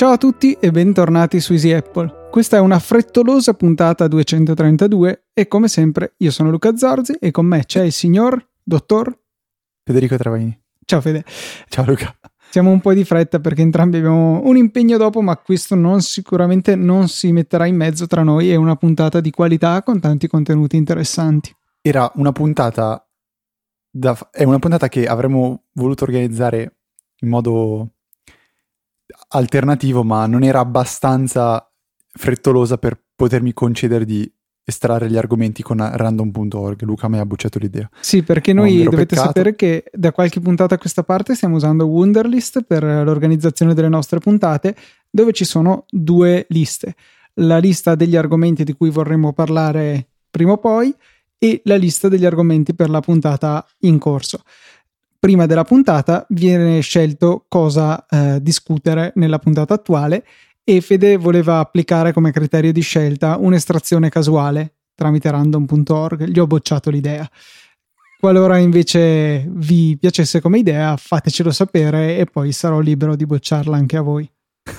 Ciao a tutti e bentornati su Easy Apple. Questa è una frettolosa puntata 232 e come sempre io sono Luca Zorzi e con me c'è il signor dottor Federico Travaini. Ciao Fede. Ciao Luca. Siamo un po' di fretta perché entrambi abbiamo un impegno dopo, ma questo sicuramente non si metterà in mezzo tra noi. È una puntata di qualità con tanti contenuti interessanti. Era una puntata è una puntata che avremmo voluto organizzare in modo alternativo, ma non era abbastanza frettolosa per potermi concedere di estrarre gli argomenti con random.org. Luca mi ha bocciato l'idea. Sì, perché noi dovete sapere che da qualche puntata a questa parte stiamo usando Wunderlist per l'organizzazione delle nostre puntate, dove ci sono due liste: la lista degli argomenti di cui vorremmo parlare prima o poi e la lista degli argomenti per la puntata in corso. Prima della puntata viene scelto cosa discutere nella puntata attuale e Fede voleva applicare come criterio di scelta un'estrazione casuale tramite random.org. Gli ho bocciato l'idea. Qualora invece vi piacesse come idea, fatecelo sapere e poi sarò libero di bocciarla anche a voi.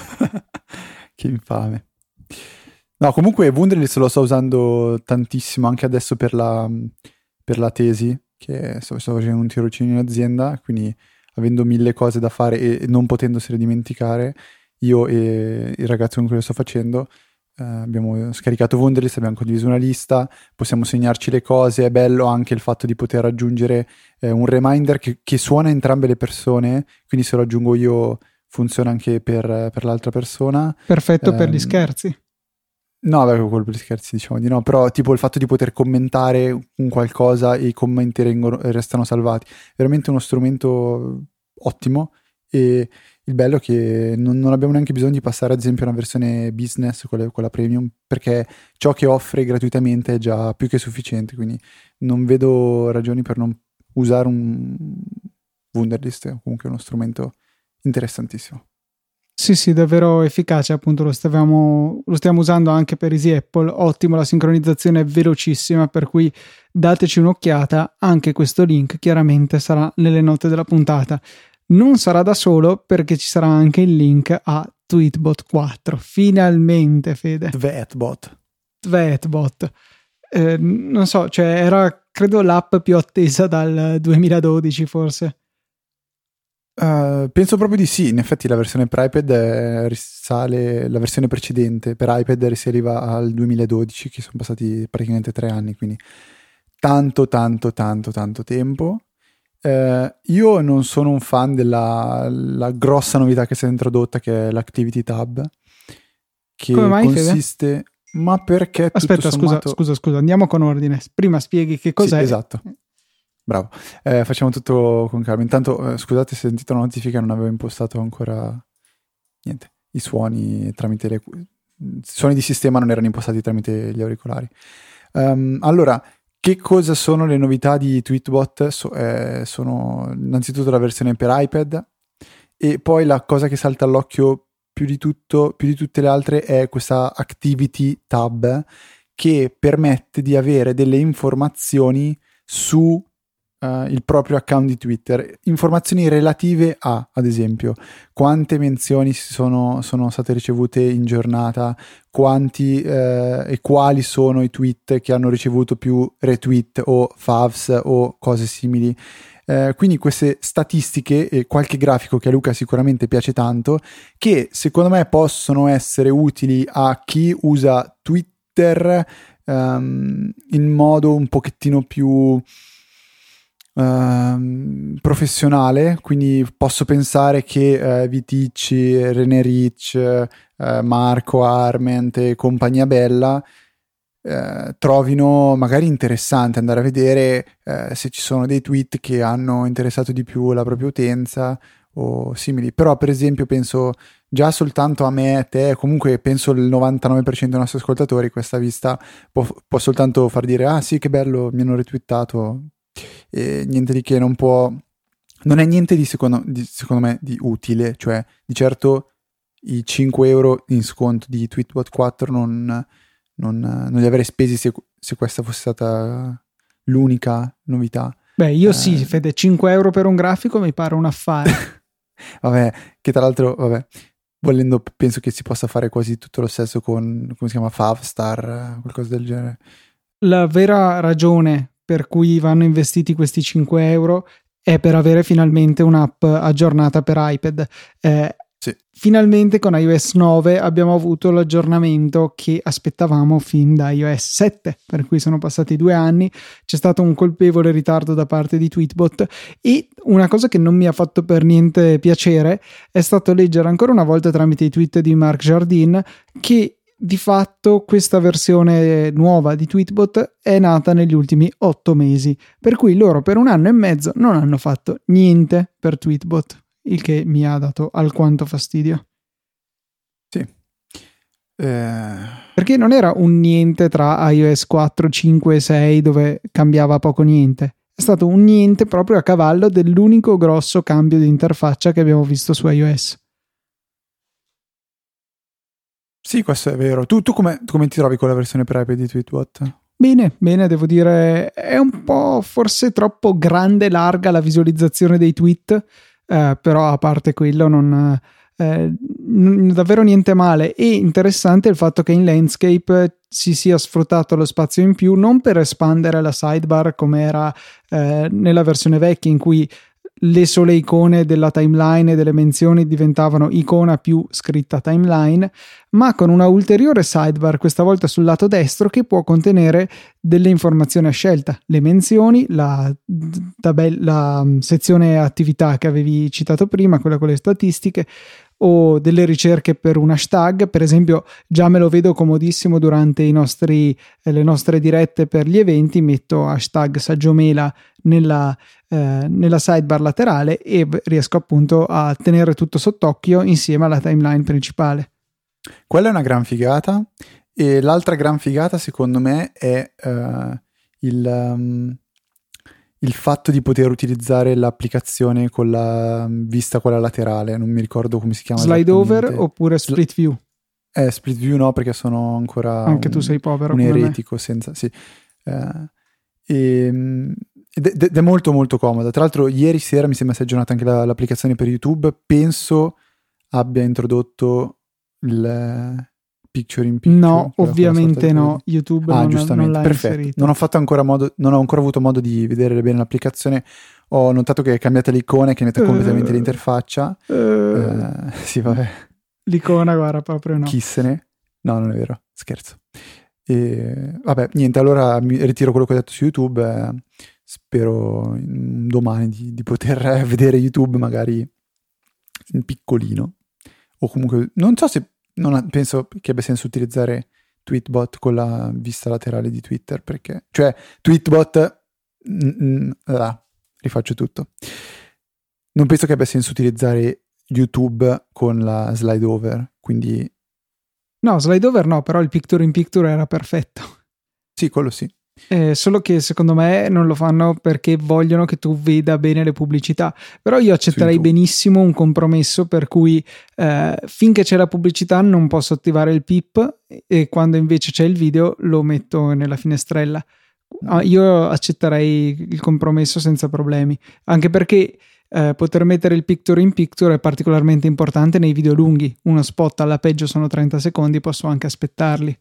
Che infame. No, comunque Wunderlist lo sto usando tantissimo anche adesso per la tesi, che sto facendo un tirocinio in azienda, quindi avendo mille cose da fare e non potendosele dimenticare, io e il ragazzo con cui lo sto facendo abbiamo scaricato Wunderlist, abbiamo condiviso una lista, possiamo segnarci le cose. È bello anche il fatto di poter aggiungere un reminder che suona a entrambe le persone, quindi se lo aggiungo io funziona anche per l'altra persona. Perfetto per gli scherzi. No, beh, quello per gli scherzi diciamo di no, però tipo il fatto di poter commentare un qualcosa e i commenti restano salvati, veramente uno strumento ottimo. E il bello è che non abbiamo neanche bisogno di passare ad esempio a una versione business, quella premium, perché ciò che offre gratuitamente è già più che sufficiente, quindi non vedo ragioni per non usare un Wunderlist, è comunque uno strumento interessantissimo. Sì, davvero efficace, appunto lo stiamo usando anche per Easy Apple. Ottimo, la sincronizzazione è velocissima, per cui dateci un'occhiata. Anche questo link chiaramente sarà nelle note della puntata. Non sarà da solo perché ci sarà anche il link a Tweetbot 4. Finalmente, Fede. Tweetbot. Non so, cioè era credo l'app più attesa dal 2012 forse. Penso proprio di sì. In effetti la versione per iPad risale, la versione precedente per iPad risaliva al 2012, che sono passati praticamente 3 anni, quindi tanto tempo. Io non sono un fan della grossa novità che si è introdotta, che è l'Activity Tab, che come mai, consiste Fede? Ma perché aspetta, sommato... scusa, andiamo con ordine. Prima spieghi che cos'è. Sì, esatto. Bravo, facciamo tutto con calma. Intanto scusate se sentito la notifica, non avevo impostato ancora niente, i suoni tramite suoni di sistema non erano impostati tramite gli auricolari. Allora, che cosa sono le novità di Tweetbot? Sono innanzitutto la versione per iPad, e poi la cosa che salta all'occhio più di tutte le altre è questa Activity Tab, che permette di avere delle informazioni su il proprio account di Twitter, informazioni relative a, ad esempio, quante menzioni sono state ricevute in giornata, quanti e quali sono i tweet che hanno ricevuto più retweet o favs o cose simili. Quindi queste statistiche e qualche grafico che a Luca sicuramente piace tanto, che secondo me possono essere utili a chi usa Twitter in modo un pochettino più professionale. Quindi posso pensare che Viticci, René Rich, Marco Arment e compagnia bella trovino magari interessante andare a vedere se ci sono dei tweet che hanno interessato di più la propria utenza o simili. Però per esempio penso già soltanto a me, a te, comunque penso il 99% dei nostri ascoltatori, questa vista può soltanto far dire ah sì che bello, mi hanno retweetato, e niente di che. Non è niente di secondo me di utile, cioè di certo i 5 euro in sconto di Tweetbot 4 non li avrei spesi se questa fosse stata l'unica novità. Beh, io sì, Fede, 5 euro per un grafico mi pare un affare. Vabbè, che tra l'altro, vabbè, volendo penso che si possa fare quasi tutto lo stesso con, come si chiama, Favstar, qualcosa del genere. La vera ragione per cui vanno investiti questi 5 euro è per avere finalmente un'app aggiornata per iPad. Sì. Finalmente con iOS 9 abbiamo avuto l'aggiornamento che aspettavamo fin da iOS 7, per cui sono passati 2 anni, c'è stato un colpevole ritardo da parte di Tweetbot, e una cosa che non mi ha fatto per niente piacere è stato leggere ancora una volta tramite i tweet di Mark Jardine che di fatto questa versione nuova di Tweetbot è nata negli ultimi 8 mesi, per cui loro per 1 anno e mezzo non hanno fatto niente per Tweetbot, il che mi ha dato alquanto fastidio. Sì. Perché non era un niente tra iOS 4, 5 e 6 dove cambiava poco niente. È stato un niente proprio a cavallo dell'unico grosso cambio di interfaccia che abbiamo visto su iOS. Sì, questo è vero. Tu come ti trovi con la versione per iPad di Tweetbot? Bene, devo dire, è un po' forse troppo grande e larga la visualizzazione dei tweet, però a parte quello non davvero niente male. E interessante il fatto che in landscape si sia sfruttato lo spazio in più non per espandere la sidebar come era nella versione vecchia, in cui le sole icone della timeline e delle menzioni diventavano icona più scritta timeline, ma con una ulteriore sidebar, questa volta sul lato destro, che può contenere delle informazioni a scelta, le menzioni, la sezione attività che avevi citato prima, quella con le statistiche, o delle ricerche per un hashtag. Per esempio, già me lo vedo comodissimo durante le nostre dirette per gli eventi, metto hashtag Saggiomela nella sidebar laterale e riesco appunto a tenere tutto sott'occhio insieme alla timeline principale. Quella è una gran figata, e l'altra gran figata secondo me è il fatto di poter utilizzare l'applicazione con la vista quella laterale, non mi ricordo come si chiama. Slide over oppure split view? Split view no, perché sono ancora anche tu sei povero un come eretico me. Senza sì. Ed è molto molto comoda. Tra l'altro ieri sera mi sembra sia aggiornata anche l'applicazione per YouTube, penso abbia introdotto il picture in picture. No, ovviamente no, YouTube non l'ha perfetto. inserito. Non ho ancora avuto modo di vedere bene l'applicazione. Ho notato che è cambiata l'icona e che è cambiata completamente l'interfaccia. Sì, vabbè. L'icona, guarda, proprio no. Chi se ne? No, non è vero, scherzo. Vabbè, niente, allora mi ritiro quello che ho detto su YouTube. Spero domani di poter vedere YouTube magari in piccolino, o comunque non so se penso che abbia senso utilizzare Tweetbot con la vista laterale di Twitter, perché cioè Tweetbot rifaccio tutto, non penso che abbia senso utilizzare YouTube con la slide over, quindi no, slide over no, però il picture in picture era perfetto. Sì, quello sì. Solo che secondo me non lo fanno perché vogliono che tu veda bene le pubblicità. Però io accetterei benissimo un compromesso per cui finché c'è la pubblicità non posso attivare il pip, e quando invece c'è il video lo metto nella finestrella. Io accetterei il compromesso senza problemi, anche perché poter mettere il picture in picture è particolarmente importante nei video lunghi. Uno spot alla peggio sono 30 secondi, posso anche aspettarli.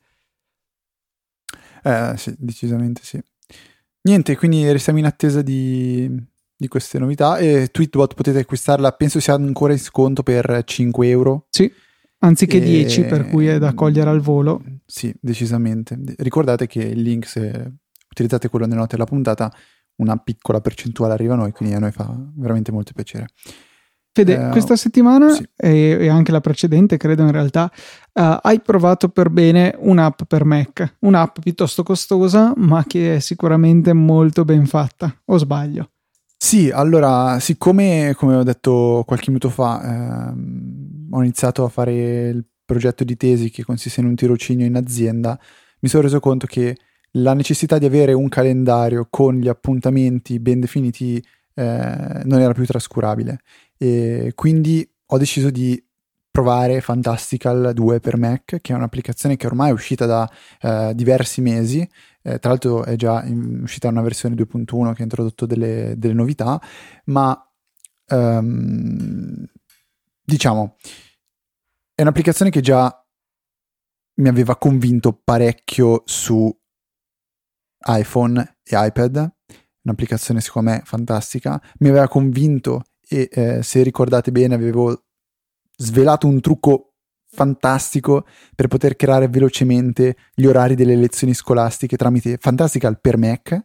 Sì, decisamente sì. Niente, quindi restiamo in attesa di queste novità. E Tweetbot potete acquistarla, penso sia ancora in sconto per 5 euro. Sì, anziché 10, per cui è da cogliere al volo. Sì, decisamente. Ricordate che il link, se utilizzate quello nelle note della puntata, una piccola percentuale arriva a noi, quindi a noi fa veramente molto piacere. Fede, questa settimana sì. e anche la precedente, credo in realtà, hai provato per bene un'app per Mac, un'app piuttosto costosa, ma che è sicuramente molto ben fatta, o sbaglio? Sì, allora, siccome, come ho detto qualche minuto fa, ho iniziato a fare il progetto di tesi che consiste in un tirocinio in azienda, mi sono reso conto che la necessità di avere un calendario con gli appuntamenti ben definiti non era più trascurabile, e quindi ho deciso di provare Fantastical 2 per Mac, che è un'applicazione che ormai è uscita da diversi mesi. Tra l'altro è già uscita una versione 2.1 che ha introdotto delle novità, ma diciamo è un'applicazione che già mi aveva convinto parecchio su iPhone e iPad, un'applicazione secondo me fantastica, mi aveva convinto e se ricordate bene avevo svelato un trucco fantastico per poter creare velocemente gli orari delle lezioni scolastiche tramite Fantastical per Mac.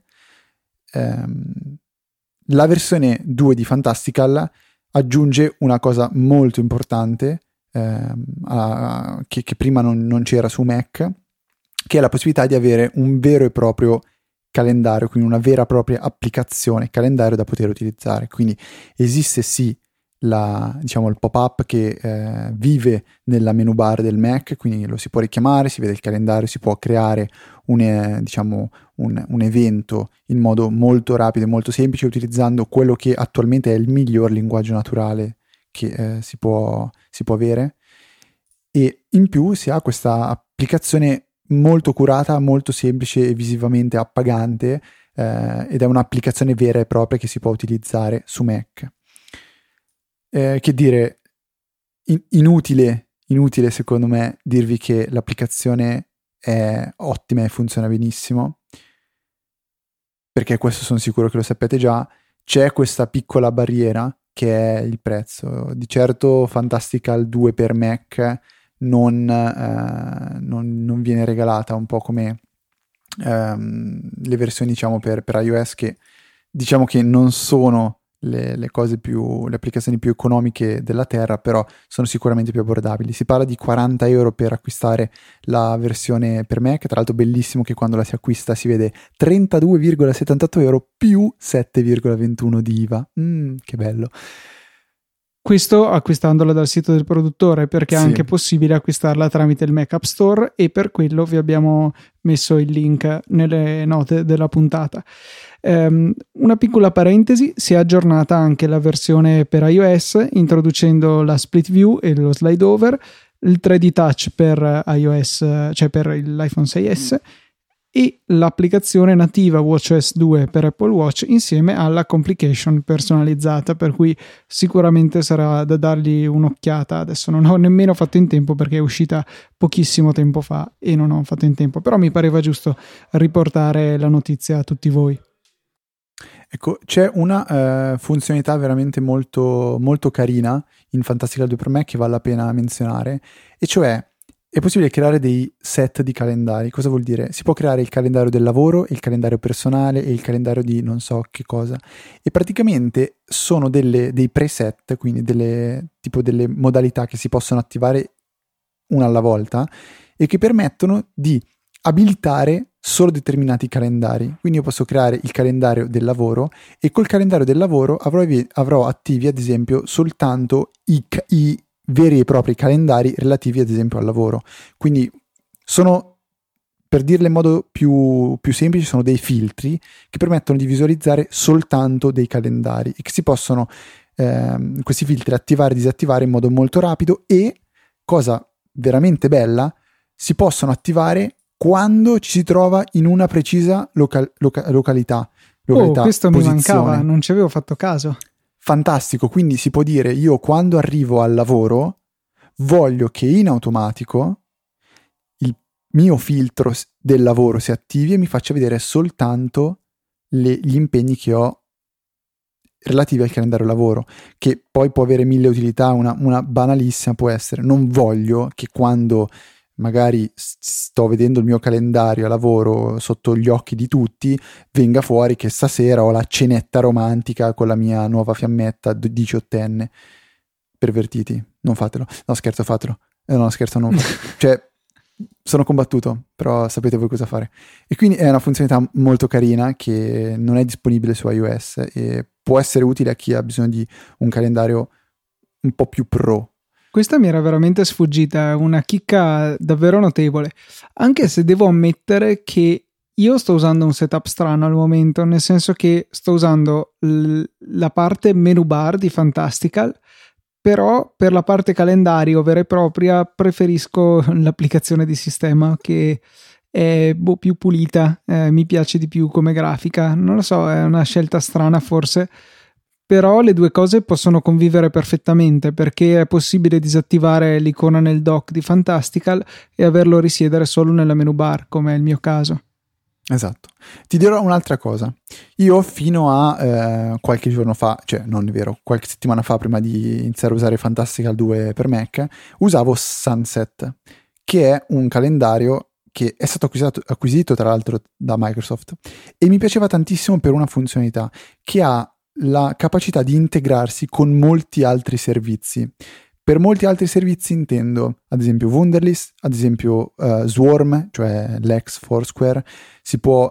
La versione 2 di Fantastical aggiunge una cosa molto importante che prima non c'era su Mac, che è la possibilità di avere un vero e proprio calendario, quindi una vera e propria applicazione calendario da poter utilizzare. Quindi esiste sì il pop-up che vive nella menu bar del Mac, quindi lo si può richiamare, si vede il calendario, si può creare un evento in modo molto rapido e molto semplice utilizzando quello che attualmente è il miglior linguaggio naturale che si può avere, e in più si ha questa applicazione molto curata, molto semplice e visivamente appagante, ed è un'applicazione vera e propria che si può utilizzare su Mac. Che dire, inutile secondo me dirvi che l'applicazione è ottima e funziona benissimo, perché questo sono sicuro che lo sapete già. C'è questa piccola barriera che è il prezzo. Di certo Fantastical 2 per Mac non viene regalata, un po' come le versioni per iOS, che diciamo che non sono le applicazioni più economiche della terra, però sono sicuramente più abbordabili. Si parla di 40 euro per acquistare la versione per Mac, tra l'altro bellissimo che quando la si acquista si vede 32,78 euro più 7,21 di IVA. Che bello. Questo acquistandola dal sito del produttore, perché è Sì. anche possibile acquistarla tramite il Mac App Store, e per quello vi abbiamo messo il link nelle note della puntata. Una piccola parentesi: si è aggiornata anche la versione per iOS, introducendo la split view e lo slide over, il 3D touch per iOS, cioè per l'iPhone 6S, e l'applicazione nativa WatchOS 2 per Apple Watch, insieme alla complication personalizzata, per cui sicuramente sarà da dargli un'occhiata. Adesso non ho nemmeno fatto in tempo perché è uscita pochissimo tempo fa e non ho fatto in tempo, però mi pareva giusto riportare la notizia a tutti voi. Ecco, c'è una funzionalità veramente molto, molto carina in Fantastical 2 per Mac che vale la pena menzionare, e cioè è possibile creare dei set di calendari. Cosa vuol dire? Si può creare il calendario del lavoro, il calendario personale e il calendario di non so che cosa, e praticamente sono dei preset, quindi delle modalità che si possono attivare una alla volta e che permettono di abilitare solo determinati calendari. Quindi io posso creare il calendario del lavoro, e col calendario del lavoro avrò attivi ad esempio soltanto i veri e propri calendari relativi ad esempio al lavoro. Quindi sono, per dirle in modo più semplice, sono dei filtri che permettono di visualizzare soltanto dei calendari e che si possono questi filtri attivare e disattivare in modo molto rapido, e cosa veramente bella, si possono attivare quando ci si trova in una precisa località. Questo posizione. Mi mancava, non ci avevo fatto caso. Fantastico, quindi si può dire: io quando arrivo al lavoro voglio che in automatico il mio filtro del lavoro si attivi e mi faccia vedere soltanto gli impegni che ho relativi al calendario lavoro, che poi può avere mille utilità. Una banalissima può essere: non voglio che quando magari sto vedendo il mio calendario a lavoro sotto gli occhi di tutti venga fuori che stasera ho la cenetta romantica con la mia nuova fiammetta 18enne. Pervertiti, non fatelo. No, scherzo, fatelo. No, scherzo, non fatelo. Cioè, sono combattuto, però sapete voi cosa fare. E quindi è una funzionalità molto carina che non è disponibile su iOS e può essere utile a chi ha bisogno di un calendario un po' più pro. Questa mi era veramente sfuggita, una chicca davvero notevole, anche se devo ammettere che io sto usando un setup strano al momento, nel senso che sto usando la parte menu bar di Fantastical, però per la parte calendario vera e propria preferisco l'applicazione di sistema, che è più pulita, mi piace di più come grafica. Non lo so, è una scelta strana forse, però le due cose possono convivere perfettamente, perché è possibile disattivare l'icona nel dock di Fantastical e averlo risiedere solo nella menu bar, come è il mio caso. Esatto. Ti dirò un'altra cosa. Io fino a qualche giorno fa, cioè non è vero, qualche settimana fa, prima di iniziare a usare Fantastical 2 per Mac, usavo Sunset, che è un calendario che è stato acquisito tra l'altro da Microsoft, e mi piaceva tantissimo per una funzionalità che ha la capacità di integrarsi con molti altri servizi. Per molti altri servizi intendo ad esempio Wunderlist, ad esempio Swarm, cioè l'ex Foursquare. Si può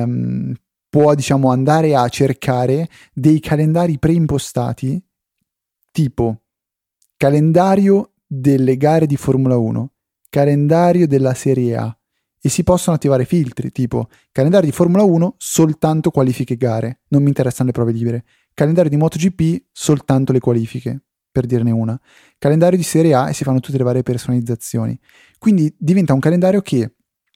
diciamo andare a cercare dei calendari preimpostati, tipo calendario delle gare di Formula 1, calendario della Serie A, e si possono attivare filtri tipo calendario di Formula 1 soltanto qualifiche gare, non mi interessano le prove libere, calendario di MotoGP soltanto le qualifiche, per dirne una, calendario di Serie A, e si fanno tutte le varie personalizzazioni. Quindi diventa un calendario che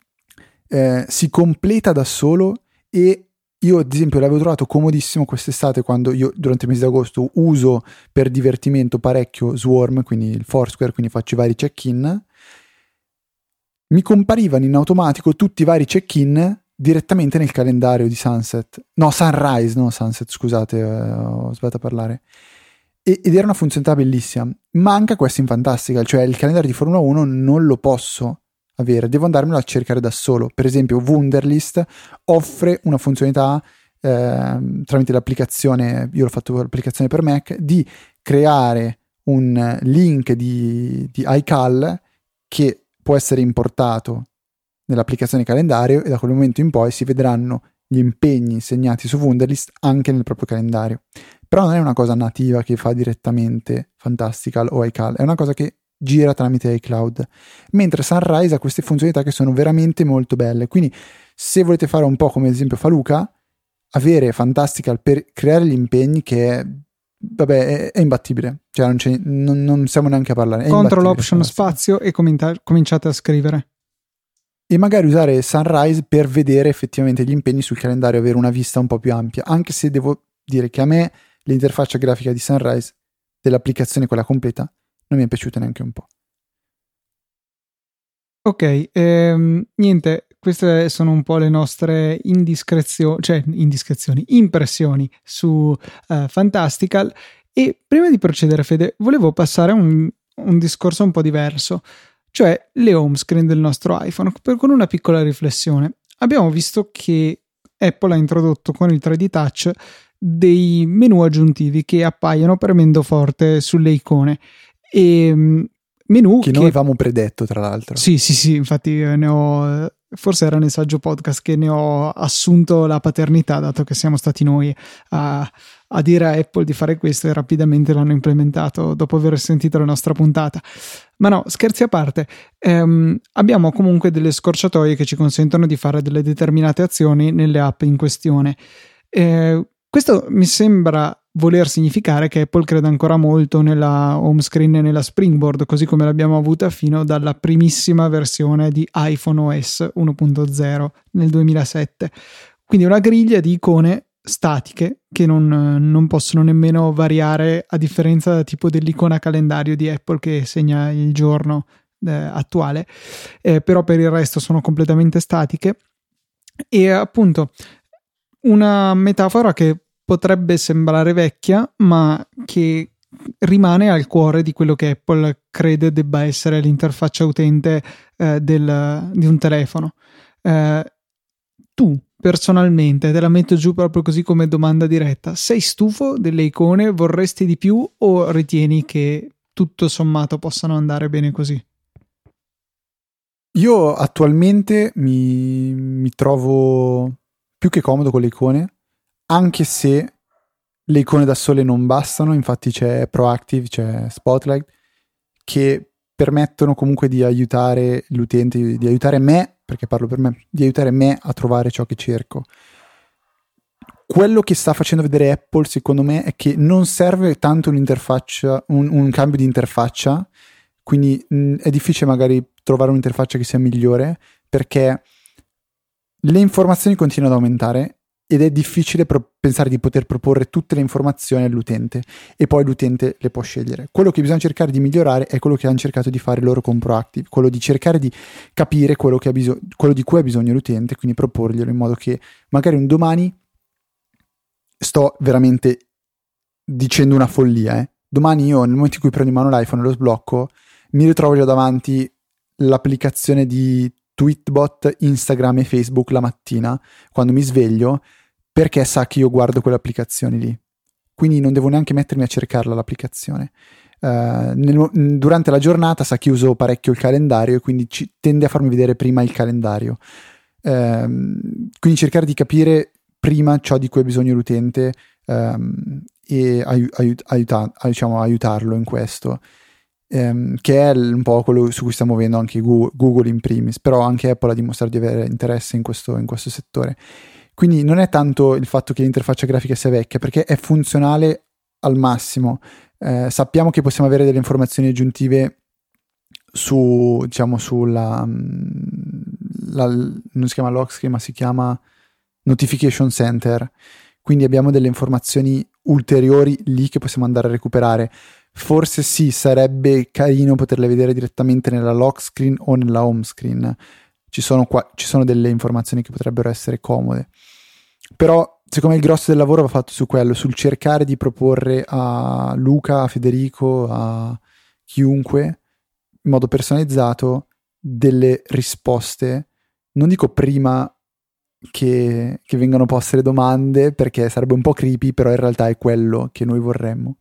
si completa da solo, e io ad esempio l'avevo trovato comodissimo quest'estate, quando io durante il mese di agosto uso per divertimento parecchio Swarm, quindi il Foursquare, quindi faccio i vari check-in. Mi comparivano in automatico tutti i vari check-in direttamente nel calendario di Sunset. No, Sunrise, no Sunset, scusate, ho sbagliato a parlare. Ed era una funzionalità bellissima. Manca questo in Fantastical, cioè il calendario di Formula 1 non lo posso avere, devo andarmelo a cercare da solo. Per esempio Wunderlist offre una funzionalità tramite l'applicazione, io l'ho fatto con l'applicazione per Mac, di creare un link di iCal che può essere importato nell'applicazione calendario, e da quel momento in poi si vedranno gli impegni segnati su Wunderlist anche nel proprio calendario. Però non è una cosa nativa che fa direttamente Fantastical o iCal, è una cosa che gira tramite iCloud, mentre Sunrise ha queste funzionalità che sono veramente molto belle. Quindi se volete fare un po' come ad esempio fa Luca, avere Fantastical per creare gli impegni, che è imbattibile, cioè non siamo neanche a parlare. Control Option spazio e cominciate a scrivere. E magari usare Sunrise per vedere effettivamente gli impegni sul calendario, avere una vista un po' più ampia, anche se devo dire che a me l'interfaccia grafica di Sunrise, dell'applicazione quella completa, non mi è piaciuta neanche un po'. Ok, niente, queste sono un po' le nostre impressioni su Fantastical. E prima di procedere, Fede, volevo passare un discorso un po' diverso, cioè le home screen del nostro iPhone, con una piccola riflessione. Abbiamo visto che Apple ha introdotto con il 3D Touch dei menu aggiuntivi che appaiono premendo forte sulle icone, e menu che noi avevamo predetto, tra l'altro. Sì, infatti forse era nel saggio podcast che ne ho assunto la paternità, dato che siamo stati noi a dire a Apple di fare questo, e rapidamente l'hanno implementato dopo aver sentito la nostra puntata. Ma no, scherzi a parte, abbiamo comunque delle scorciatoie che ci consentono di fare delle determinate azioni nelle app in questione. Questo mi sembra voler significare che Apple crede ancora molto nella home screen e nella Springboard, così come l'abbiamo avuta fino dalla primissima versione di iPhone OS 1.0 nel 2007. Quindi una griglia di icone statiche che non possono nemmeno variare, a differenza tipo dell'icona calendario di Apple che segna il giorno attuale, però per il resto sono completamente statiche. E appunto una metafora che potrebbe sembrare vecchia, ma che rimane al cuore di quello che Apple crede debba essere l'interfaccia utente di un telefono. Tu personalmente, te la metto giù proprio così come domanda diretta, sei stufo delle icone? Vorresti di più, o ritieni che tutto sommato possano andare bene così? Io attualmente mi trovo più che comodo con le icone, anche se le icone da sole non bastano. Infatti c'è Proactive, c'è Spotlight, che permettono comunque di aiutare l'utente, di aiutare me, perché parlo per me, di aiutare me a trovare ciò che cerco. Quello che sta facendo vedere Apple, secondo me, è che non serve tanto un'interfaccia, un cambio di interfaccia, quindi è difficile magari trovare un'interfaccia che sia migliore, perché le informazioni continuano ad aumentare ed è difficile pensare di poter proporre tutte le informazioni all'utente e poi l'utente le può scegliere. Quello che bisogna cercare di migliorare è quello che hanno cercato di fare loro con Proactive, quello di cercare di capire quello di cui ha bisogno l'utente, quindi proporglielo in modo che magari un domani, sto veramente dicendo una follia, domani io nel momento in cui prendo in mano l'iPhone e lo sblocco mi ritrovo già davanti l'applicazione di Tweetbot, Instagram e Facebook la mattina quando mi sveglio, perché sa che io guardo quelle applicazioni lì, quindi non devo neanche mettermi a cercarla l'applicazione. Durante la giornata sa che uso parecchio il calendario e quindi tende a farmi vedere prima il calendario, quindi cercare di capire prima ciò di cui ha bisogno l'utente e aiutarlo in questo, che è un po' quello su cui stiamo muovendo anche Google in primis, però anche Apple ha dimostrato di avere interesse in questo settore. Quindi non è tanto il fatto che l'interfaccia grafica sia vecchia, perché è funzionale al massimo. Sappiamo che possiamo avere delle informazioni aggiuntive sulla non si chiama lock screen, ma si chiama notification center, quindi abbiamo delle informazioni ulteriori lì che possiamo andare a recuperare. Forse sì, sarebbe carino poterle vedere direttamente nella lock screen o nella home screen. Ci sono delle informazioni che potrebbero essere comode, però secondo me il grosso del lavoro va fatto su quello, sul cercare di proporre a Luca, a Federico, a chiunque in modo personalizzato delle risposte, non dico prima che vengano poste le domande, perché sarebbe un po' creepy, però in realtà è quello che noi vorremmo.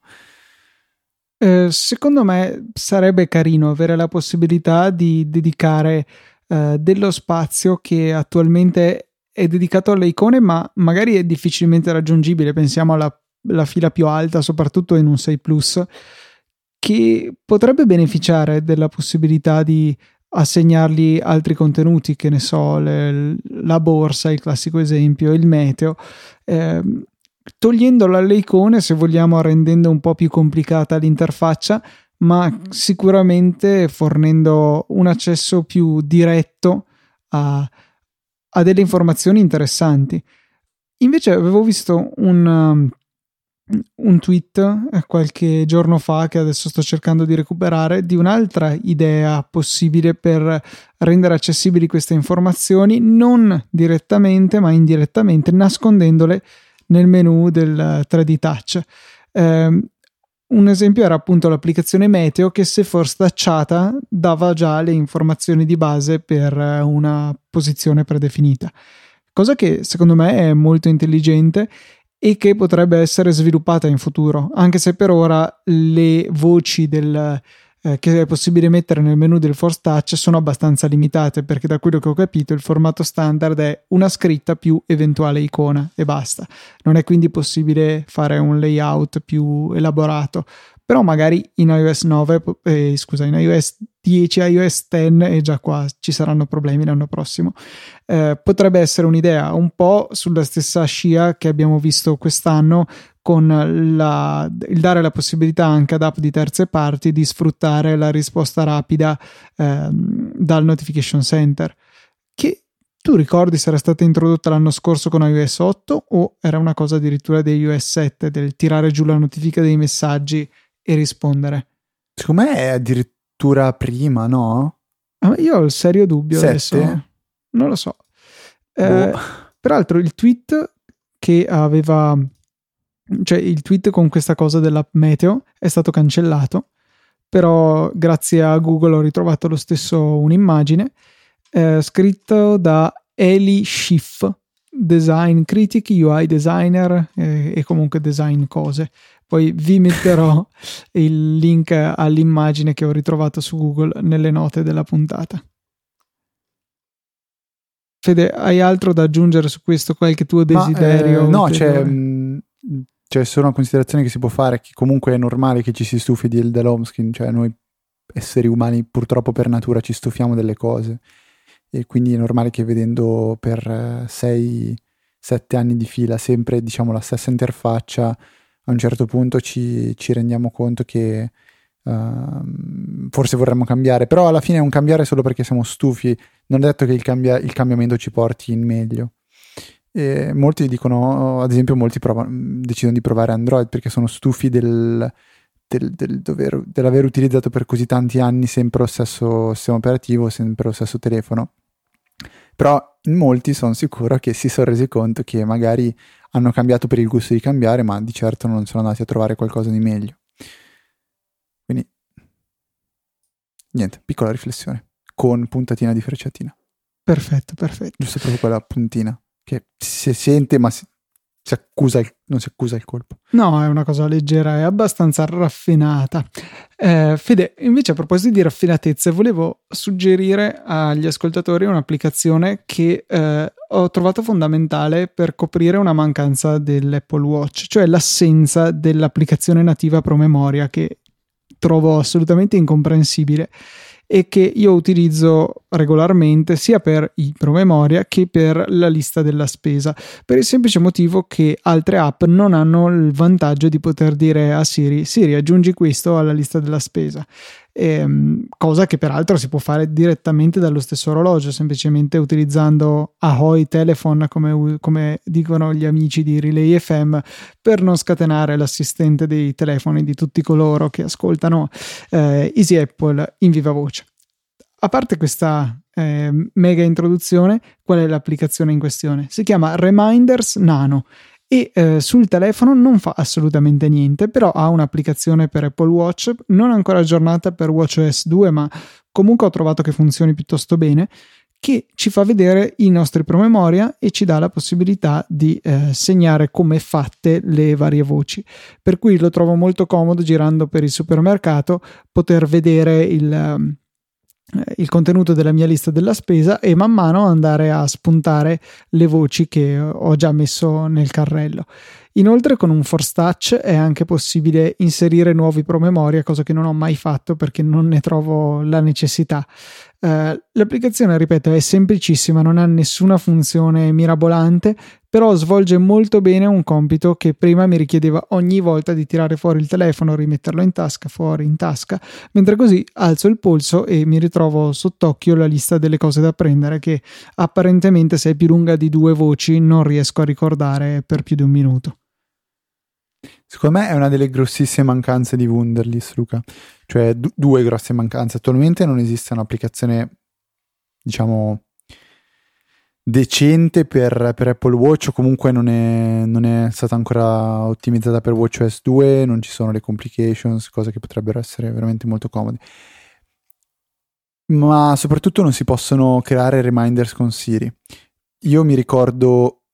Secondo me sarebbe carino avere la possibilità di dedicare dello spazio che attualmente è dedicato alle icone, ma magari è difficilmente raggiungibile. Pensiamo alla fila più alta, soprattutto in un 6 Plus, che potrebbe beneficiare della possibilità di assegnargli altri contenuti, che ne so, la borsa, il classico esempio, il meteo, togliendolo alle icone, se vogliamo, rendendo un po' più complicata l'interfaccia, ma sicuramente fornendo un accesso più diretto a delle informazioni interessanti. Invece avevo visto un tweet qualche giorno fa, che adesso sto cercando di recuperare, di un'altra idea possibile per rendere accessibili queste informazioni, non direttamente ma indirettamente, nascondendole nel menu del 3D Touch. Un esempio era appunto l'applicazione Meteo, che se forstacciata dava già le informazioni di base per una posizione predefinita, cosa che secondo me è molto intelligente e che potrebbe essere sviluppata in futuro, anche se per ora le voci che è possibile mettere nel menu del Force Touch sono abbastanza limitate, perché da quello che ho capito il formato standard è una scritta più eventuale icona e basta. Non è quindi possibile fare un layout più elaborato, però magari in iOS 10, iOS 10, e già qua ci saranno problemi l'anno prossimo. Potrebbe essere un'idea un po' sulla stessa scia che abbiamo visto quest'anno, con il dare la possibilità anche ad app di terze parti di sfruttare la risposta rapida dal Notification Center, che tu ricordi se era stata introdotta l'anno scorso con iOS 8 o era una cosa addirittura di iOS 7, del tirare giù la notifica dei messaggi e rispondere? Secondo me è addirittura prima, no? Io ho il serio dubbio 7? adesso, non lo so. Peraltro il tweet che aveva, cioè il tweet con questa cosa dell'app Meteo è stato cancellato, però grazie a Google ho ritrovato lo stesso un'immagine scritto da Eli Schiff, design critic, UI designer e comunque design cose. Poi vi metterò il link all'immagine che ho ritrovato su Google nelle note della puntata. Fede, hai altro da aggiungere su questo? Qualche tuo desiderio? No, c'è solo una considerazione che si può fare, che comunque è normale che ci si stufi dell'home screen, cioè noi esseri umani purtroppo per natura ci stufiamo delle cose, e quindi è normale che vedendo per 6-7 anni di fila sempre, diciamo, la stessa interfaccia, a un certo punto ci rendiamo conto che forse vorremmo cambiare, però alla fine è un cambiare solo perché siamo stufi, non è detto che il cambiamento ci porti in meglio. E molti dicono, ad esempio, decidono di provare Android perché sono stufi dell'aver utilizzato per così tanti anni sempre lo stesso sistema operativo, sempre lo stesso telefono. Però in molti sono sicuro che si sono resi conto che magari hanno cambiato per il gusto di cambiare, ma di certo non sono andati a trovare qualcosa di meglio. Quindi niente, piccola riflessione con puntatina di frecciatina. Perfetto. Giusto proprio quella puntina che si sente ma non si accusa il colpo. No, è una cosa leggera e abbastanza raffinata. Fede, invece a proposito di raffinatezze, volevo suggerire agli ascoltatori un'applicazione che ho trovato fondamentale per coprire una mancanza dell'Apple Watch, cioè l'assenza dell'applicazione nativa promemoria, che trovo assolutamente incomprensibile e che io utilizzo regolarmente sia per i promemoria che per la lista della spesa, per il semplice motivo che altre app non hanno il vantaggio di poter dire a Siri aggiungi questo alla lista della spesa, cosa che peraltro si può fare direttamente dallo stesso orologio, semplicemente utilizzando Ahoy Telephone, come dicono gli amici di Relay FM, per non scatenare l'assistente dei telefoni di tutti coloro che ascoltano Easy Apple in viva voce. A parte questa mega introduzione, qual è l'applicazione in questione? Si chiama Reminders Nano e sul telefono non fa assolutamente niente, però ha un'applicazione per Apple Watch, non ancora aggiornata per WatchOS 2, ma comunque ho trovato che funzioni piuttosto bene, che ci fa vedere i nostri promemoria e ci dà la possibilità di segnare come fatte le varie voci, per cui lo trovo molto comodo girando per il supermercato poter vedere il contenuto della mia lista della spesa e man mano andare a spuntare le voci che ho già messo nel carrello. Inoltre con un Force Touch è anche possibile inserire nuovi promemoria, cosa che non ho mai fatto perché non ne trovo la necessità. L'applicazione, ripeto, è semplicissima, non ha nessuna funzione mirabolante, però svolge molto bene un compito che prima mi richiedeva ogni volta di tirare fuori il telefono, rimetterlo in tasca, fuori in tasca, mentre così alzo il polso e mi ritrovo sott'occhio la lista delle cose da prendere, che apparentemente, se è più lunga di 2 voci, non riesco a ricordare per più di un minuto. Secondo me è una delle grossissime mancanze di Wunderlist, Luca. Cioè, due grosse mancanze. Attualmente non esiste un'applicazione, diciamo, decente per Apple Watch, o comunque non è stata ancora ottimizzata per WatchOS 2, non ci sono le complications, cose che potrebbero essere veramente molto comode. Ma soprattutto non si possono creare reminders con Siri. Io mi ricordo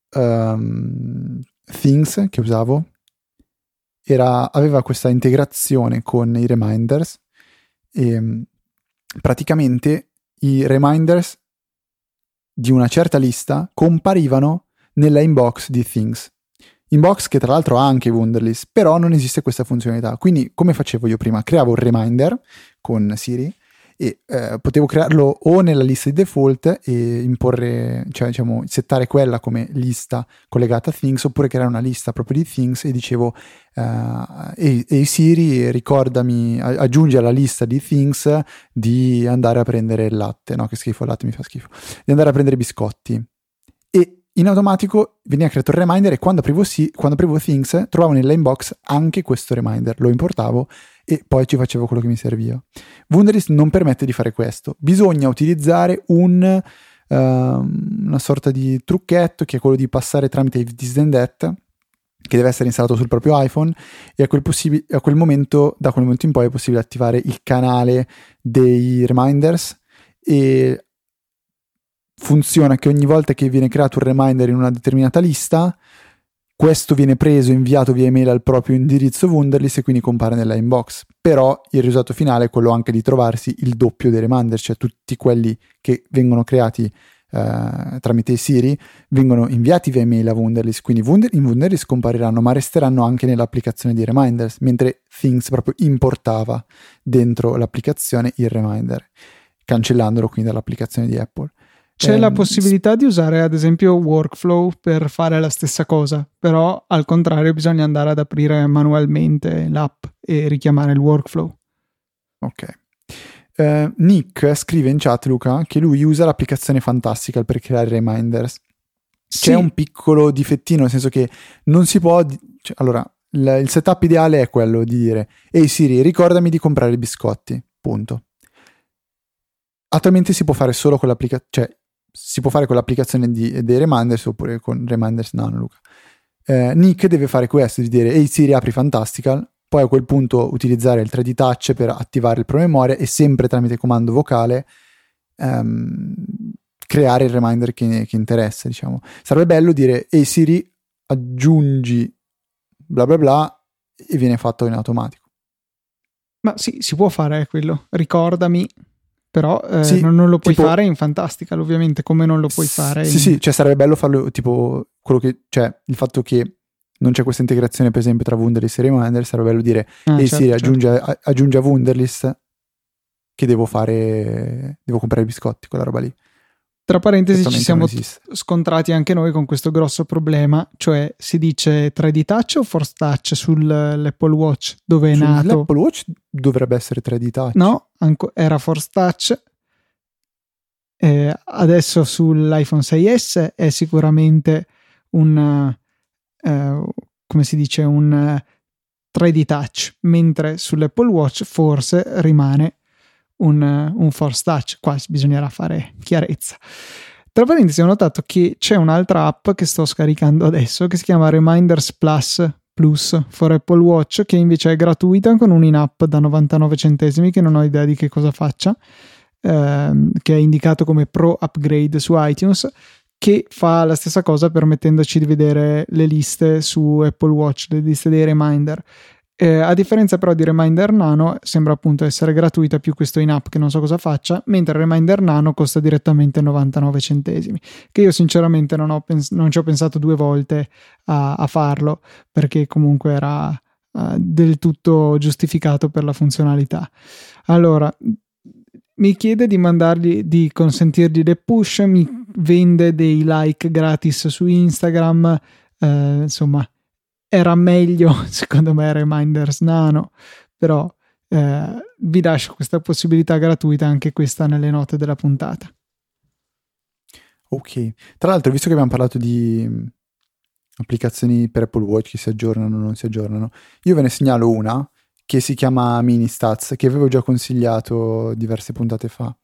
Things che usavo, aveva questa integrazione con i reminders e praticamente i reminders di una certa lista comparivano nella inbox di Things, inbox che tra l'altro ha anche Wunderlist, però non esiste questa funzionalità. Quindi come facevo io prima? Creavo un reminder con Siri e potevo crearlo o nella lista di default e imporre, cioè diciamo settare quella come lista collegata a Things, oppure creare una lista proprio di Things e dicevo e Siri ricordami, aggiungi alla lista di Things di andare a prendere il latte, no che schifo, il latte mi fa schifo, di andare a prendere i biscotti, e in automatico veniva creato il reminder e quando aprivo Things trovavo nella inbox anche questo reminder, lo importavo e poi ci facevo quello che mi serviva. Wunderlist non permette di fare questo, bisogna utilizzare una sorta di trucchetto che è quello di passare tramite If This Then That, che deve essere installato sul proprio iPhone, e da quel momento in poi è possibile attivare il canale dei reminders e funziona che ogni volta che viene creato un reminder in una determinata lista, questo viene preso e inviato via email al proprio indirizzo Wunderlist e quindi compare nella inbox. Però il risultato finale è quello anche di trovarsi il doppio dei reminder, cioè tutti quelli che vengono creati tramite Siri vengono inviati via email a Wunderlist, quindi in Wunderlist compariranno, ma resteranno anche nell'applicazione di reminders, mentre Things proprio importava dentro l'applicazione il reminder, cancellandolo quindi dall'applicazione di Apple. C'è la possibilità di usare ad esempio Workflow per fare la stessa cosa, però al contrario bisogna andare ad aprire manualmente l'app e richiamare il workflow. Ok. Nick scrive in chat, Luca, che lui usa l'applicazione Fantastical per creare reminders c'è un piccolo difettino, nel senso che non si può... allora, il setup ideale è quello di dire ehi Siri, ricordami di comprare i biscotti, punto. Attualmente si può fare solo con l'applicazione, cioè si può fare con l'applicazione dei reminders oppure con reminders nano, Luca. Nick deve fare questo, di dire ehi Siri, apri Fantastical, poi a quel punto utilizzare il 3D Touch per attivare il promemoria e sempre tramite comando vocale creare il reminder che interessa, diciamo. Sarebbe bello dire ehi Siri, aggiungi bla bla bla e viene fatto in automatico. Ma sì, si può fare quello, ricordami, però sì, non lo puoi fare in Fantastical, ovviamente, come non lo puoi fare sì, cioè sarebbe bello farlo tipo quello che, cioè il fatto che non c'è questa integrazione per esempio tra Wunderlist e Reminder, sarebbe bello dire ehi Siri, aggiungi a Wunderlist che devo comprare i biscotti, quella roba lì. Tra parentesi ci siamo scontrati anche noi con questo grosso problema, cioè si dice 3D Touch o Force Touch sull'Apple Watch dove è nato? L'Apple Watch dovrebbe essere 3D Touch. No, era Force Touch. Adesso sull'iPhone 6S è sicuramente un come si dice, un 3D Touch, mentre sull'Apple Watch forse rimane un Force Touch. Qua bisognerà fare chiarezza. Tra parentesi ho notato che c'è un'altra app che sto scaricando adesso che si chiama Reminders Plus for Apple Watch, che invece è gratuita con un in-app da 99 centesimi che non ho idea di che cosa faccia, che è indicato come Pro Upgrade su iTunes, che fa la stessa cosa permettendoci di vedere le liste su Apple Watch, le liste dei reminder. A differenza però di Reminder Nano, sembra appunto essere gratuita più questo in-app che non so cosa faccia, mentre Reminder Nano costa direttamente 99 centesimi, che io sinceramente non ci ho pensato due volte a farlo, perché comunque era del tutto giustificato per la funzionalità. Allora, mi chiede di consentirgli le push, mi vende dei like gratis su Instagram, insomma era meglio secondo me Reminders Nano, però vi lascio questa possibilità gratuita, anche questa nelle note della puntata. Ok, tra l'altro visto che abbiamo parlato di applicazioni per Apple Watch che si aggiornano o non si aggiornano, io ve ne segnalo una che si chiama Ministats, che avevo già consigliato diverse puntate fa.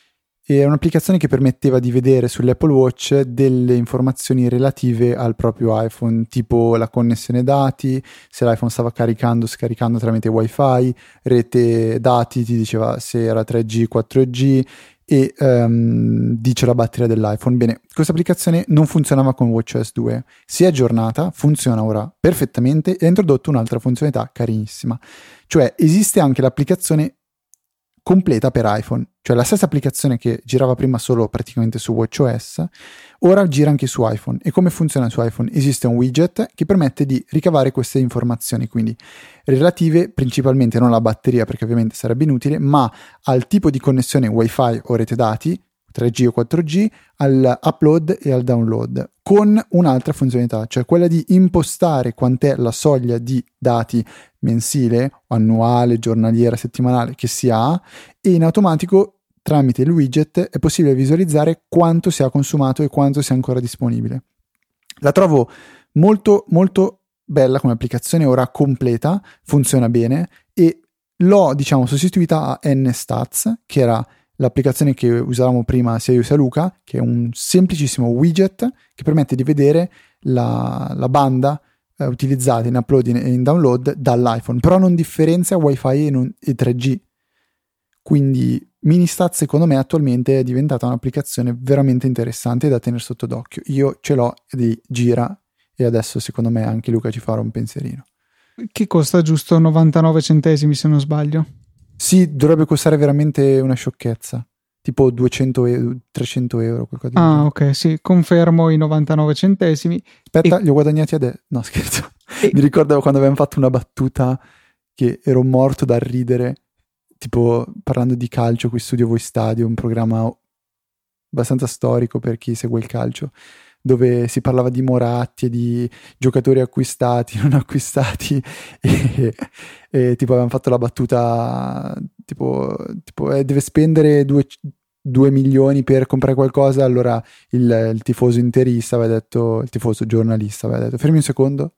È un'applicazione che permetteva di vedere sull'Apple Watch delle informazioni relative al proprio iPhone, tipo la connessione dati, se l'iPhone stava caricando o scaricando tramite Wi-Fi, rete dati, ti diceva se era 3G, 4G e dice la batteria dell'iPhone. Bene, questa applicazione non funzionava con WatchOS 2, si è aggiornata, funziona ora perfettamente e ha introdotto un'altra funzionalità carinissima, cioè esiste anche l'applicazione completa per iPhone, cioè la stessa applicazione che girava prima solo praticamente su WatchOS, ora gira anche su iPhone. E come funziona su iPhone? Esiste un widget che permette di ricavare queste informazioni, quindi relative principalmente non alla batteria, perché ovviamente sarebbe inutile, ma al tipo di connessione Wi-Fi o rete dati, 3G o 4G, all'upload e al download, con un'altra funzionalità, cioè quella di impostare quant'è la soglia di dati mensile, annuale, giornaliera, settimanale che si ha, e in automatico tramite il widget è possibile visualizzare quanto si è consumato e quanto sia ancora disponibile. La trovo molto molto bella come applicazione, ora completa, funziona bene e l'ho sostituita a NStats, che era l'applicazione che usavamo prima sia io sia Luca, che è un semplicissimo widget che permette di vedere la banda utilizzata in upload e in download dall'iPhone, però non differenzia Wi-Fi e 3G. Quindi Ministats secondo me attualmente è diventata un'applicazione veramente interessante da tenere sotto d'occhio. Io ce l'ho ed gira e adesso secondo me anche Luca ci farà un pensierino. Che costa giusto 99 centesimi se non sbaglio. Sì, dovrebbe costare veramente una sciocchezza, tipo 200 euro, 300 euro, qualcosa di genere. Ok, sì, confermo i 99 centesimi. Aspetta, li ho guadagnati adesso. No, scherzo. Mi ricordavo quando avevamo fatto una battuta che ero morto dal ridere, tipo parlando di calcio qui Studio Voi Stadio, un programma abbastanza storico per chi segue il calcio, dove si parlava di Moratti e di giocatori acquistati, non acquistati, e tipo avevamo fatto la battuta tipo deve spendere 2 milioni per comprare qualcosa, allora il tifoso interista aveva detto, il tifoso giornalista aveva detto: fermi un secondo,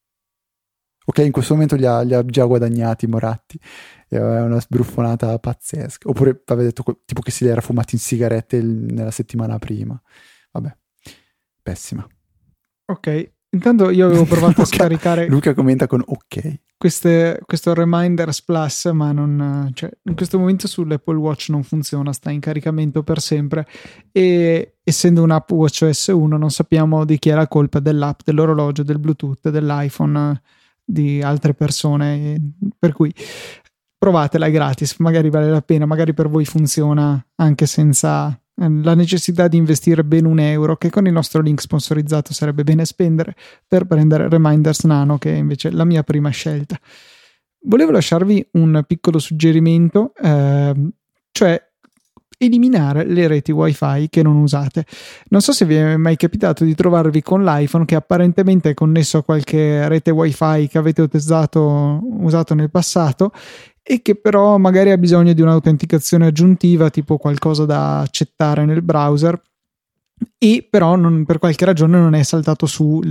ok, in questo momento li ha già guadagnati Moratti, e aveva una sbruffonata pazzesca. Oppure aveva detto tipo che si li era fumati in sigarette nella settimana prima. Vabbè, pessima. Ok, intanto io avevo provato a scaricare. Luca commenta con ok. Questo Reminders Plus, ma non, cioè, in questo momento sull'Apple Watch non funziona, sta in caricamento per sempre, e essendo un'app WatchOS 1 non sappiamo di chi è la colpa dell'app, dell'orologio, del Bluetooth, dell'iPhone, di altre persone, per cui provatela, è gratis, magari vale la pena, magari per voi funziona anche senza la necessità di investire ben €1 che con il nostro link sponsorizzato sarebbe bene spendere per prendere Reminders Nano, che è invece la mia prima scelta. Volevo lasciarvi un piccolo suggerimento, cioè eliminare le reti wifi che non usate. Non so se vi è mai capitato di trovarvi con l'iPhone che apparentemente è connesso a qualche rete wifi che avete usato nel passato, e che però magari ha bisogno di un'autenticazione aggiuntiva, tipo qualcosa da accettare nel browser, e però per qualche ragione non è saltato su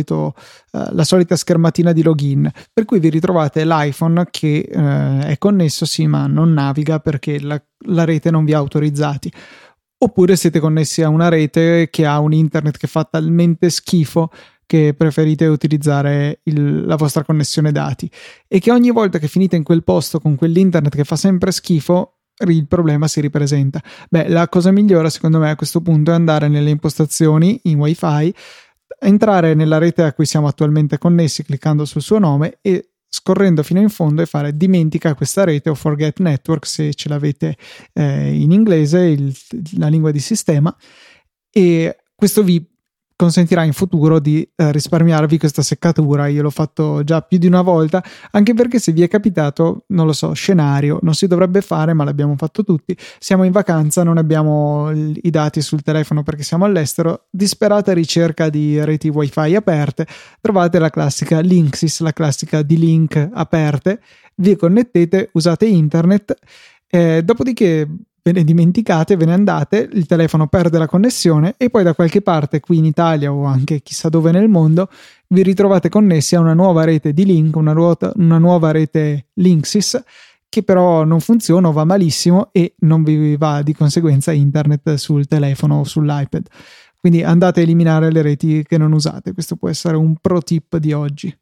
la solita schermatina di login, per cui vi ritrovate l'iPhone che è connesso sì, ma non naviga perché la rete non vi ha autorizzati. Oppure siete connessi a una rete che ha un internet che fa talmente schifo che preferite utilizzare la vostra connessione dati, e che ogni volta che finite in quel posto con quell'internet che fa sempre schifo il problema si ripresenta. Beh, la cosa migliore secondo me a questo punto è andare nelle impostazioni in wifi, entrare nella rete a cui siamo attualmente connessi cliccando sul suo nome e scorrendo fino in fondo e fare dimentica questa rete o forget network se ce l'avete in inglese, la lingua di sistema, e questo vi consentirà in futuro di risparmiarvi questa seccatura. Io l'ho fatto già più di una volta, anche perché se vi è capitato, non lo so, scenario, non si dovrebbe fare ma l'abbiamo fatto tutti, siamo in vacanza, non abbiamo i dati sul telefono perché siamo all'estero, disperata ricerca di reti wifi aperte, trovate la classica Linksys, la classica di link aperte, vi connettete, usate internet, dopodiché ve ne dimenticate, ve ne andate, il telefono perde la connessione e poi da qualche parte qui in Italia o anche chissà dove nel mondo vi ritrovate connessi a una nuova rete di link, una nuova rete Linksys, che però non funziona o va malissimo e non vi va di conseguenza internet sul telefono o sull'iPad. Quindi andate a eliminare le reti che non usate. Questo può essere un pro tip di oggi.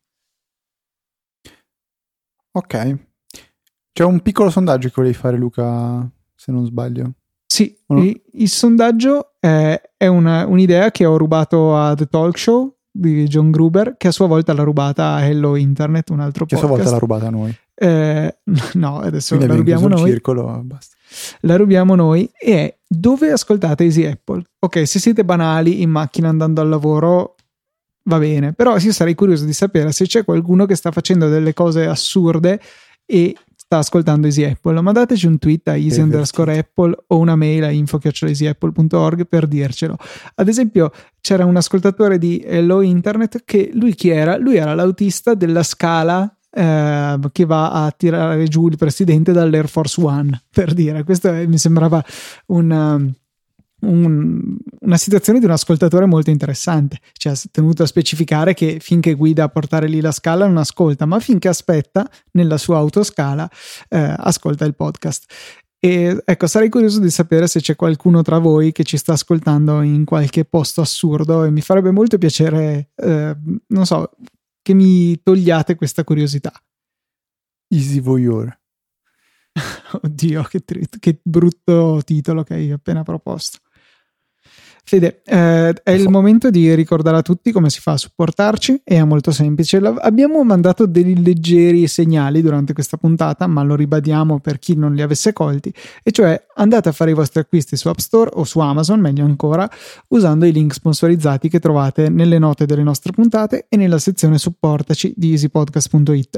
Ok, c'è un piccolo sondaggio che volevi fare, Luca, se non sbaglio. Sì, il sondaggio è un'idea che ho rubato a The Talk Show di John Gruber, che a sua volta l'ha rubata a Hello Internet, un altro podcast. Che a sua volta l'ha rubata a noi. No, adesso quindi la rubiamo noi. Circolo, basta. La rubiamo noi, e è: dove ascoltate Easy Apple? Ok, se siete banali in macchina andando al lavoro va bene, però io sarei curioso di sapere se c'è qualcuno che sta facendo delle cose assurde e sta ascoltando Easy Apple. Mandateci un tweet a easy_apple o una mail a info@easyapple.org per dircelo. Ad esempio c'era un ascoltatore di Hello Internet che lui era l'autista della scala che va a tirare giù il presidente dall'Air Force One, per dire. Questo mi sembrava una situazione di un ascoltatore molto interessante. Cioè, ha tenuto a specificare che finché guida a portare lì la scala non ascolta, ma finché aspetta nella sua autoscala ascolta il podcast. E ecco, sarei curioso di sapere se c'è qualcuno tra voi che ci sta ascoltando in qualche posto assurdo, e mi farebbe molto piacere, non so, che mi togliate questa curiosità. Easy Voyeur. Oddio, che brutto titolo che hai appena proposto. Fede, è il momento di ricordare a tutti come si fa a supportarci. È molto semplice. Abbiamo mandato dei leggeri segnali durante questa puntata, ma lo ribadiamo per chi non li avesse colti, e cioè andate a fare i vostri acquisti su App Store o su Amazon, meglio ancora, usando i link sponsorizzati che trovate nelle note delle nostre puntate e nella sezione supportaci di easypodcast.it.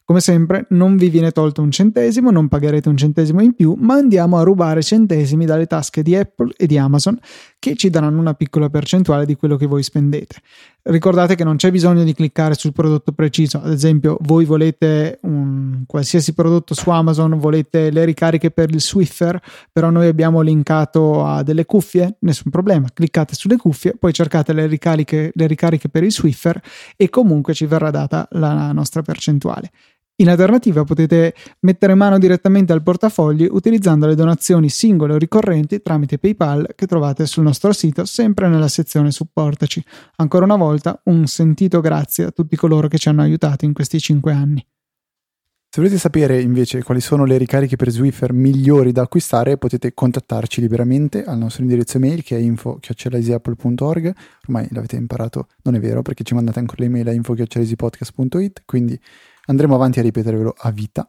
Come sempre non vi viene tolto un centesimo, non pagherete un centesimo in più, ma andiamo a rubare centesimi dalle tasche di Apple e di Amazon, che ci daranno una piccola percentuale di quello che voi spendete. Ricordate che non c'è bisogno di cliccare sul prodotto preciso. Ad esempio, voi volete un qualsiasi prodotto su Amazon, volete le ricariche per il Swiffer, però noi abbiamo linkato a delle cuffie, nessun problema, cliccate sulle cuffie, poi cercate le ricariche per il Swiffer e comunque ci verrà data la nostra percentuale. In alternativa potete mettere mano direttamente al portafogli utilizzando le donazioni singole o ricorrenti tramite PayPal che trovate sul nostro sito, sempre nella sezione supportaci. Ancora una volta un sentito grazie a tutti coloro che ci hanno aiutato in questi 5 anni. Se volete sapere invece quali sono le ricariche per Swiffer migliori da acquistare, potete contattarci liberamente al nostro indirizzo email che è info@easyapple.org. Ormai l'avete imparato, non è vero, perché ci mandate ancora l'email a info@easypodcast.it, quindi andremo avanti a ripetervelo a vita.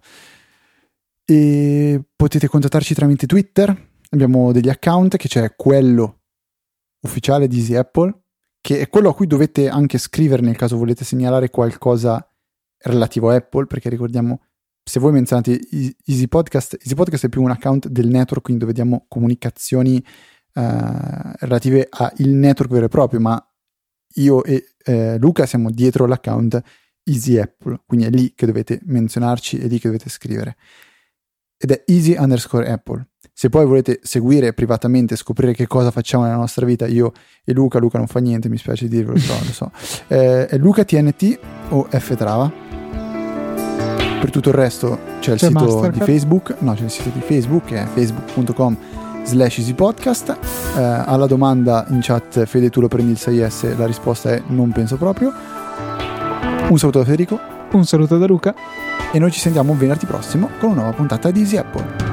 E potete contattarci tramite Twitter, abbiamo degli account, che c'è quello ufficiale di Easy Apple, che è quello a cui dovete anche scrivere nel caso volete segnalare qualcosa relativo a Apple, perché ricordiamo, se voi menzionate Easy Podcast è più un account del network, quindi dove diamo comunicazioni relative al network vero e proprio, ma io e Luca siamo dietro l'account Easy Apple, quindi è lì che dovete menzionarci, è lì che dovete scrivere, ed è Easy_Apple. Se poi volete seguire privatamente, scoprire che cosa facciamo nella nostra vita, io e Luca non fa niente, mi spiace dirvelo, lo so. È Luca TNT o F Trava. Per tutto il resto c'è il sito Mastercard. di Facebook, c'è il sito di Facebook che è facebook.com/easypodcast. Alla domanda in chat, Fede, tu lo prendi il 6S? La risposta è non penso proprio. Un saluto da Federico, un saluto da Luca e noi ci sentiamo venerdì prossimo con una nuova puntata di Easy Apple.